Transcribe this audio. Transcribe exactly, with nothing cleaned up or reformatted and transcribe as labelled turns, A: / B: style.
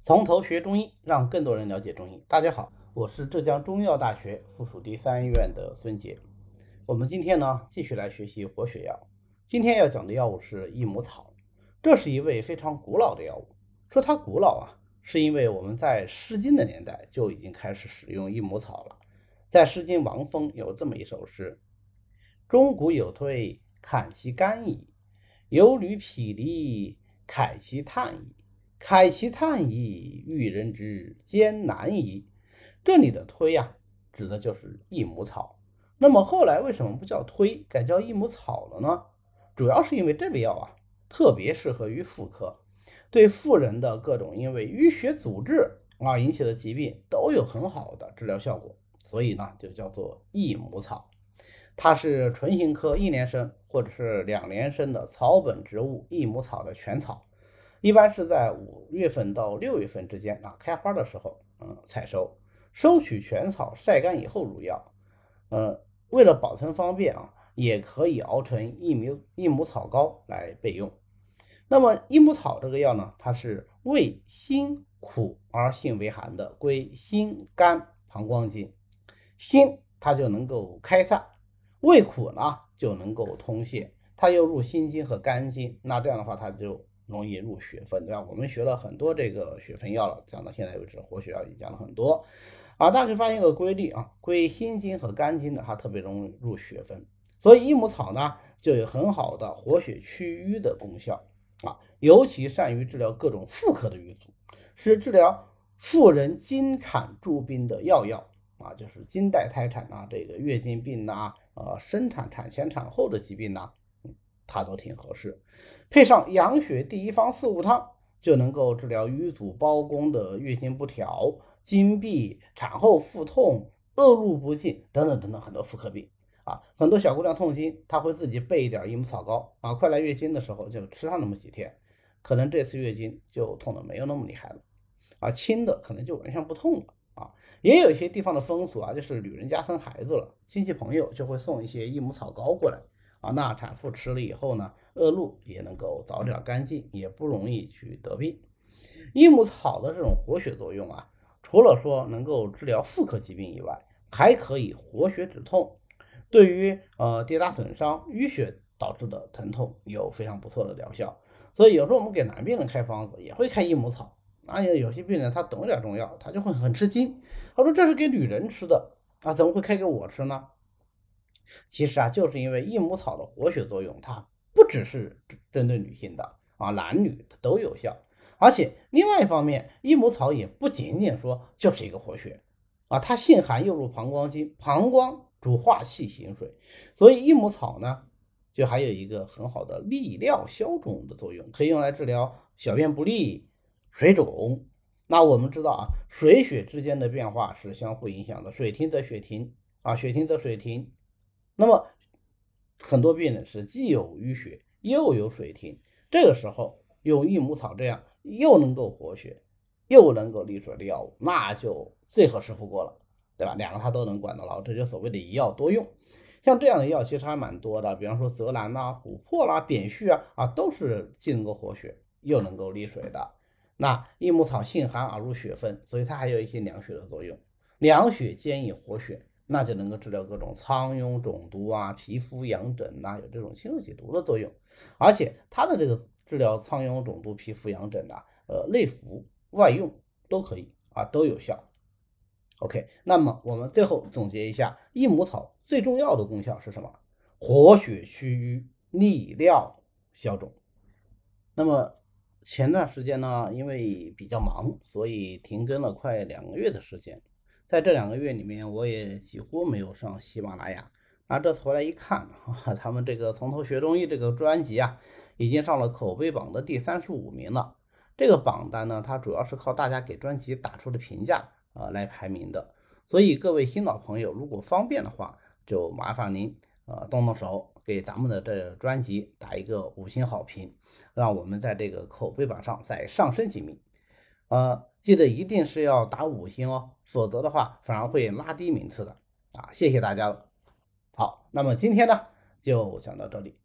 A: 从头学中医，让更多人了解中医。大家好，我是浙江中医药大学附属第三医院的孙杰。我们今天呢，继续来学习活血药。今天要讲的药物是益母草，这是一味非常古老的药物。说它古老啊，是因为我们在《诗经》的年代就已经开始使用益母草了。在《诗经·王风》有这么一首诗：钟鼓有推，坎其干矣；有履匹离，凯其叹矣。凯其叹矣，欲人之艰难矣。这里的推呀、啊，指的就是益母草。那么后来为什么不叫推，改叫益母草了呢？主要是因为这味药啊，特别适合于妇科，对妇人的各种因为淤血阻滞啊引起的疾病都有很好的治疗效果，所以呢就叫做益母草。它是唇形科一年生或者是两年生的草本植物益母草的全草。一般是在五月份到六月份之间啊，开花的时候，嗯，采收，收取全草，晒干以后入药。呃，为了保存方便啊，也可以熬成益母益母草膏来备用。那么益母草这个药呢，它是味辛苦而性为寒的，归心肝膀胱经。辛它就能够开散，味苦呢就能够通泻，它又入心经和肝经，那这样的话它就容易入血分，对吧？我们学了很多这个血分药了，讲到现在为止，活血药也讲了很多啊。大家可以发现一个规律啊，归心经和肝经的，它特别容易入血分，所以益母草呢就有很好的活血祛瘀的功效啊，尤其善于治疗各种妇科的瘀阻，是治疗妇人经产诸病的要药啊，就是经带胎产啊，这个月经病呐、啊，呃，生产产前产后的疾病呐、啊。它都挺合适，配上养血第一方四物汤，就能够治疗瘀阻包宫的月经不调、经闭、产后腹痛、恶露不尽等等等等很多妇科病啊。很多小姑娘痛经，她会自己备一点益母草膏啊，快来月经的时候就吃上那么几天，可能这次月经就痛的没有那么厉害了啊，轻的可能就完全不痛了啊。也有一些地方的风俗啊，就是女人家生孩子了，亲戚朋友就会送一些益母草膏过来。啊，那产妇吃了以后呢，恶露也能够早点干净，也不容易去得病。益母草的这种活血作用啊，除了说能够治疗妇科疾病以外，还可以活血止痛，对于呃跌打损伤、淤血导致的疼痛有非常不错的疗效。所以有时候我们给男病人开方子也会开益母草，而且有些病人他懂点中药，他就会很吃惊，他说这是给女人吃的啊，怎么会开给我吃呢？其实啊，就是因为益母草的活血作用，它不只是针对女性的啊，男女都有效。而且另外一方面，益母草也不仅仅说就是一个活血啊，它性寒又入膀胱经，膀胱主化气行水，所以益母草呢，就还有一个很好的利尿消肿的作用，可以用来治疗小便不利、水肿。那我们知道啊，水血之间的变化是相互影响的，水停则血停啊，血停则水停。那么很多病人是既有淤血又有水停，这个时候用益母草这样又能够活血又能够利水的药物，那就最合适不过了，对吧？两个它都能管得牢，这就所谓的一药多用。像这样的药其实还蛮多的，比方说泽兰呐、琥珀啦、扁蓄啊啊，都是既能够活血又能够利水的。那益母草性寒而入血分，所以它还有一些凉血的作用，凉血兼以活血，那就能够治疗各种苍痈肿毒啊、皮肤痒疹呐、啊，有这种清热解毒的作用。而且它的这个治疗苍痈肿毒、皮肤痒疹啊，呃，内服外用都可以啊，都有效。OK， 那么我们最后总结一下，益母草最重要的功效是什么？活血祛瘀、利尿消肿。那么前段时间呢，因为比较忙，所以停更了快两个月的时间。在这两个月里面，我也几乎没有上喜马拉雅。那这次回来一看，他们这个从头学中医这个专辑啊，已经上了口碑榜的第三十五名了。这个榜单呢，它主要是靠大家给专辑打出的评价啊、呃、来排名的。所以各位新老朋友，如果方便的话，就麻烦您呃动动手，给咱们的这个专辑打一个五星好评，让我们在这个口碑榜上再上升几名。呃，记得一定是要打五星哦，否则的话反而会拉低名次的啊！谢谢大家了。好，那么今天呢就讲到这里。